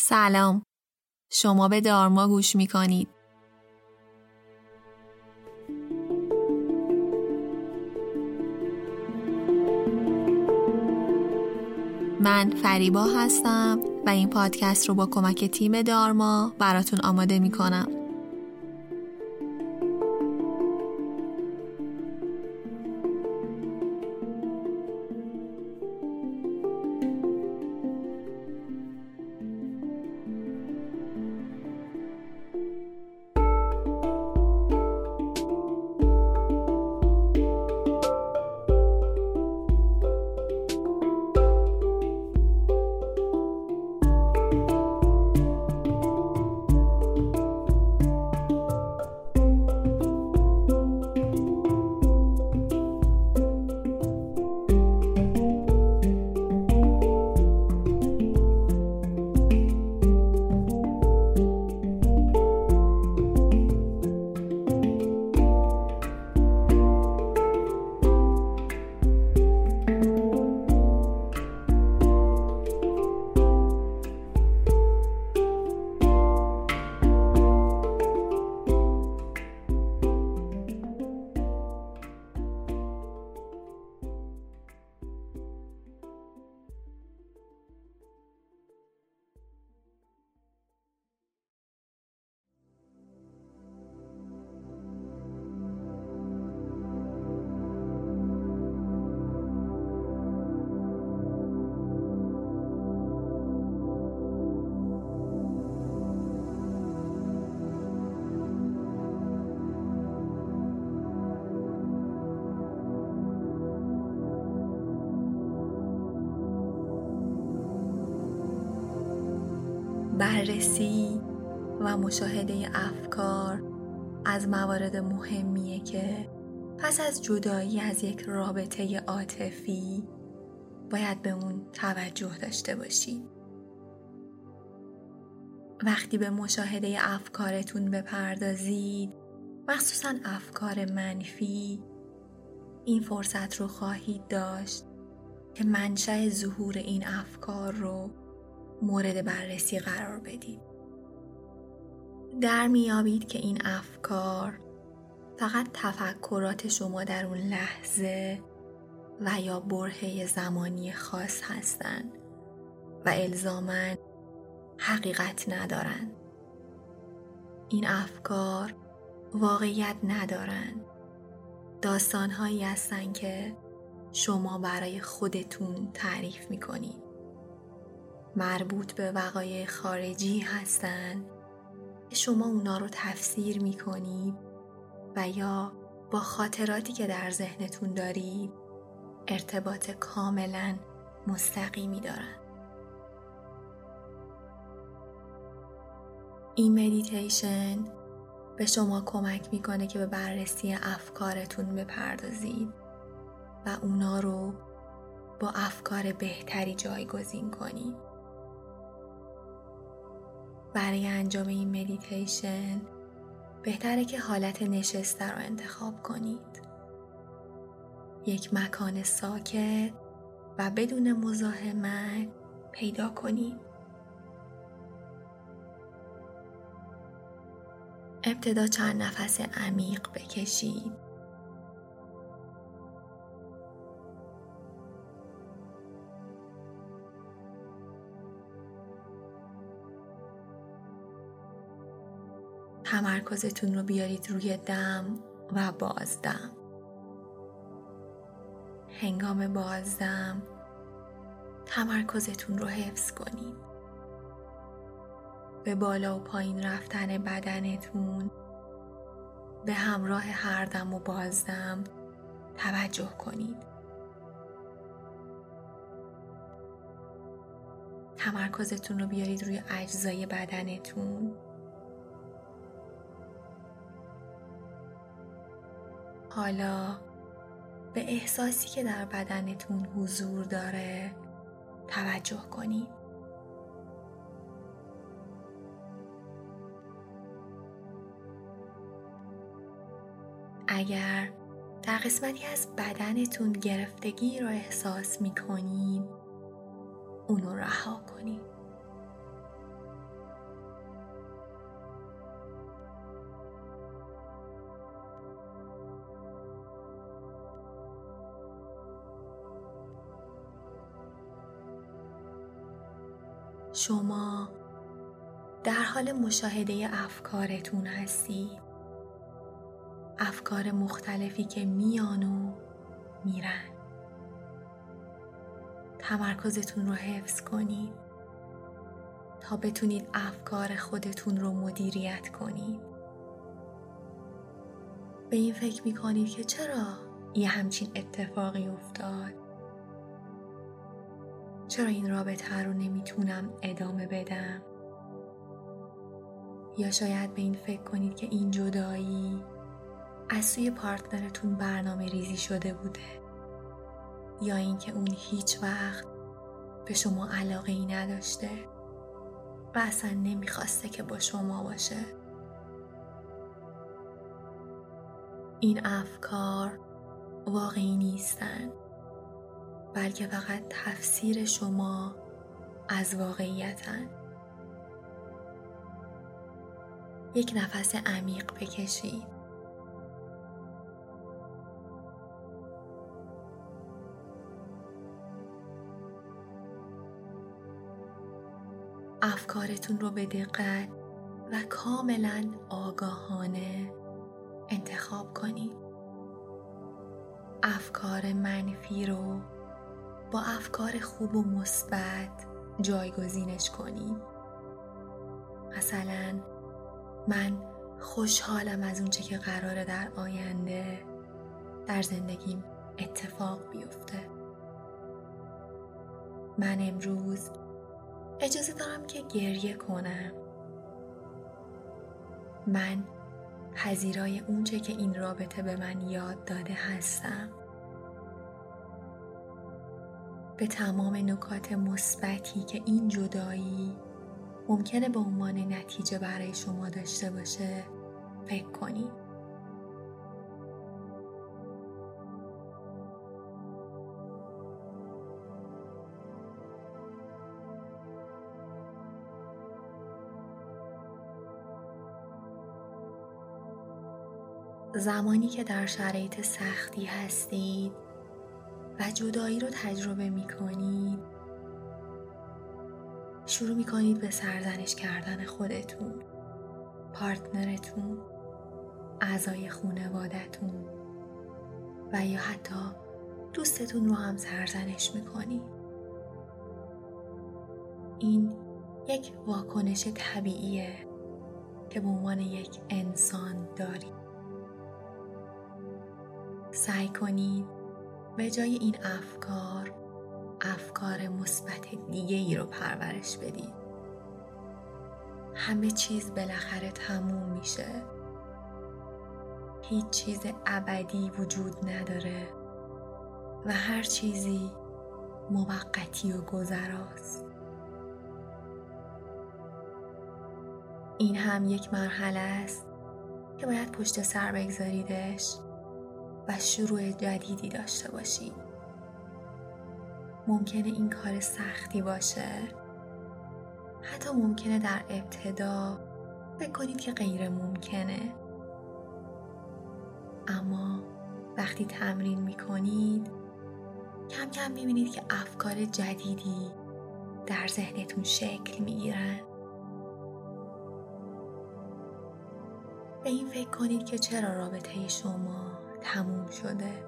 سلام، شما به دارما گوش می‌کنید. من فریبا هستم و این پادکست رو با کمک تیم دارما براتون آماده می‌کنم. بررسی و مشاهده افکار از موارد مهمیه که پس از جدایی از یک رابطه عاطفی باید به اون توجه داشته باشید. وقتی به مشاهده افکارتون بپردازید، مخصوصاً افکار منفی، این فرصت رو خواهید داشت که منشأ ظهور این افکار رو مورد بررسی قرار بدید. در میابید که این افکار فقط تفکرات شما در اون لحظه و یا برهه زمانی خاص هستند و الزاماً حقیقت ندارند. این افکار واقعیت ندارند. داستان‌هایی هستند که شما برای خودتون تعریف می‌کنید. مربوط به وقایع خارجی هستند که شما اونا رو تفسیر می‌کنید و یا با خاطراتی که در ذهنتون دارید ارتباط کاملاً مستقیمی دارند. این مدیتیشن به شما کمک میکنه که به بررسی افکارتون بپردازید و اونا رو با افکار بهتری جایگزین کنید. برای انجام این مدیتیشن بهتره که حالت نشسته رو انتخاب کنید. یک مکان ساکت و بدون مزاحمت پیدا کنید. ابتدا چند نفس عمیق بکشید. تمرکزتون رو بیارید روی دم و بازدم. هنگام بازدم تمرکزتون رو حفظ کنید. به بالا و پایین رفتن بدنتون به همراه هر دم و بازدم توجه کنید. تمرکزتون رو بیارید روی اجزای بدنتون. حالا به احساسی که در بدنتون حضور داره توجه کنید. اگر در قسمتی از بدنتون گرفتگی رو احساس می‌کنید، اونو رها کنید. شما در حال مشاهده افکارتون هستید. افکار مختلفی که میان و میرن. تمرکزتون رو حفظ کنید تا بتونید افکار خودتون رو مدیریت کنید. به این فکر میکنید که چرا یه همچین اتفاقی افتاد؟ چرا این رابطه رو نمیتونم ادامه بدم؟ یا شاید به این فکر کنید که این جدایی از سوی پارتنرتون برنامه ریزی شده بوده، یا اینکه اون هیچ وقت به شما علاقه ای نداشته و اصلا نمیخواسته که با شما باشه. این افکار واقعی نیستن، بلکه فقط تفسیر شما از واقعیتن. یک نفس عمیق بکشید. افکارتون رو به دقت و کاملا آگاهانه انتخاب کنید. افکار منفی رو با افکار خوب و مثبت جایگزینش کنید. مثلا من خوشحالم از اونچه که قراره در آینده در زندگیم اتفاق بیفته. من امروز اجازه دارم که گریه کنم. من پذیرای اونچه که این رابطه به من یاد داده هستم. به تمام نکات مثبتی که این جدایی ممکنه به عنوان نتیجه برای شما داشته باشه فکر کنید. زمانی که در شرایط سختی هستید و جدایی رو تجربه می کنید، شروع می کنید به سرزنش کردن خودتون، پارتنرتون، اعضای خانواده‌تون و یا حتی دوستتون رو هم سرزنش می کنید. این یک واکنش طبیعیه که به عنوان یک انسان دارید. سعی کنید به جای این افکار مثبت دیگه ای رو پرورش بدید. همه چیز بالاخره تموم میشه. هیچ چیز ابدی وجود نداره و هر چیزی موقتی و گذراست. این هم یک مرحله است که باید پشت سر بگذاریدش و شروع جدیدی داشته باشید. ممکنه این کار سختی باشه. حتی ممکنه در ابتدا فکر کنید که غیر ممکنه. اما وقتی تمرین میکنید کم کم میبینید که افکار جدیدی در ذهنتون شکل میگیرن. به این فکر کنید که چرا رابطه شما تموم شده.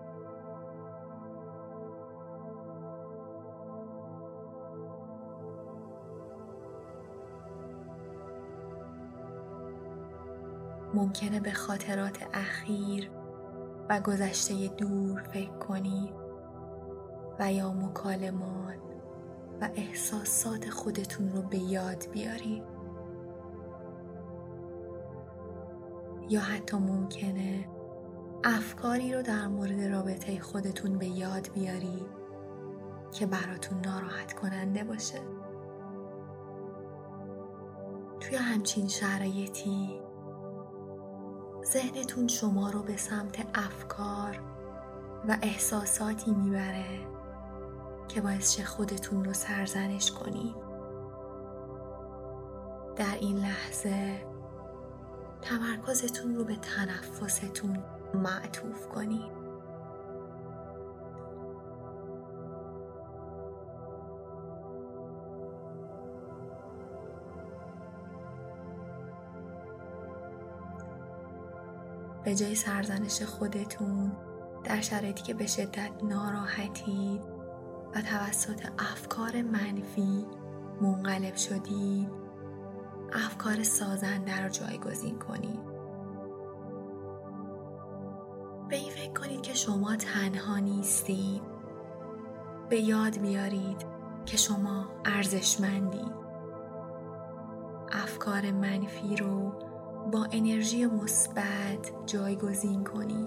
ممکنه به خاطرات اخیر و گذشته دور فکر کنید و یا مکالمات و احساسات خودتون رو به یاد بیارید. یا حتی ممکنه افکاری رو در مورد رابطه خودتون به یاد بیارید که براتون ناراحت کننده باشه. توی همچین شرایطی ذهنتون شما رو به سمت افکار و احساساتی میبره که باعث شه خودتون رو سرزنش کنید. در این لحظه تمرکزتون رو به تنفستون معطوف کنید. به جای سرزنش خودتون در شرایطی که به شدت ناراحتید و توسط افکار منفی منقلب شدید، افکار سازنده رو جایگزین کنید. به این فکر کنید که شما تنها نیستید. به یاد بیارید که شما ارزشمندید. افکار منفی رو با انرژی مثبت جایگزین کنید.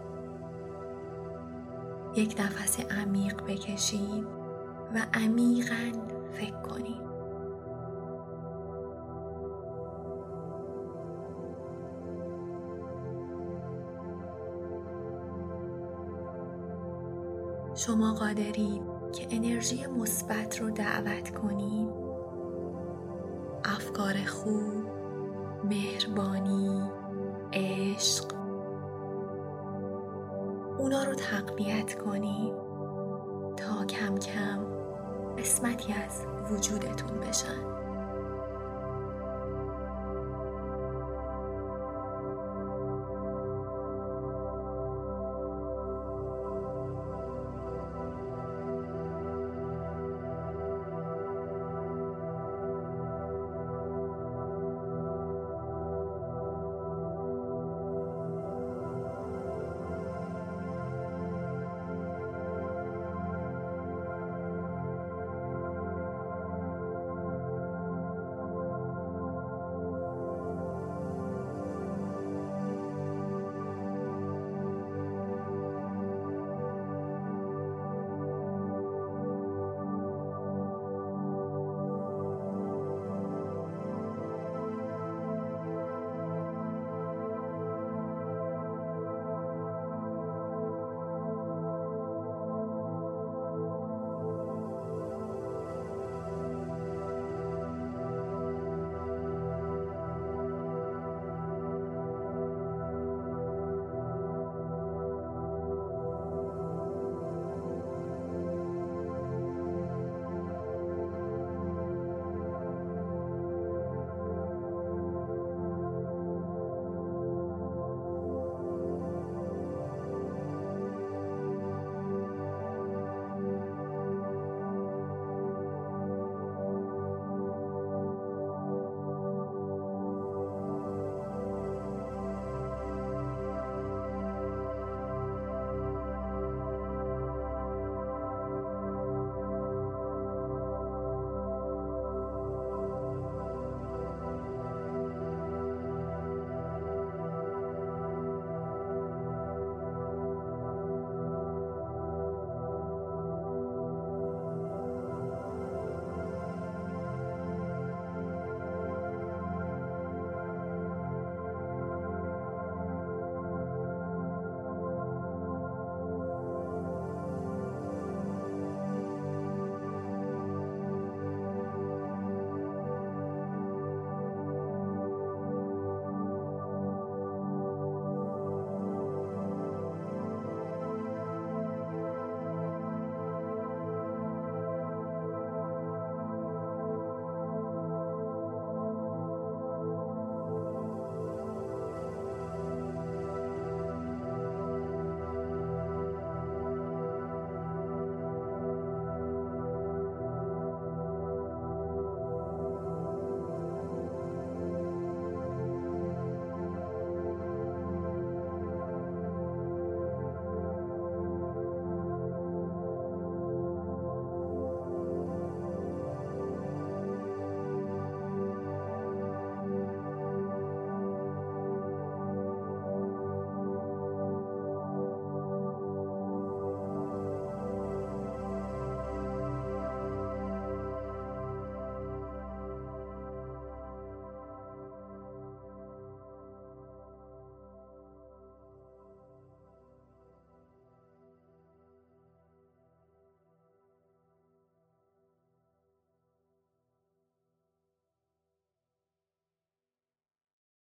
یک نفس عمیق بکشید و عمیقاً فکر کنید. شما قادرید که انرژی مثبت رو دعوت کنید. افکار خوب، مهربانی، عشق، اونا رو تقویت کنید تا کم کم قسمتی از وجودتون بشن.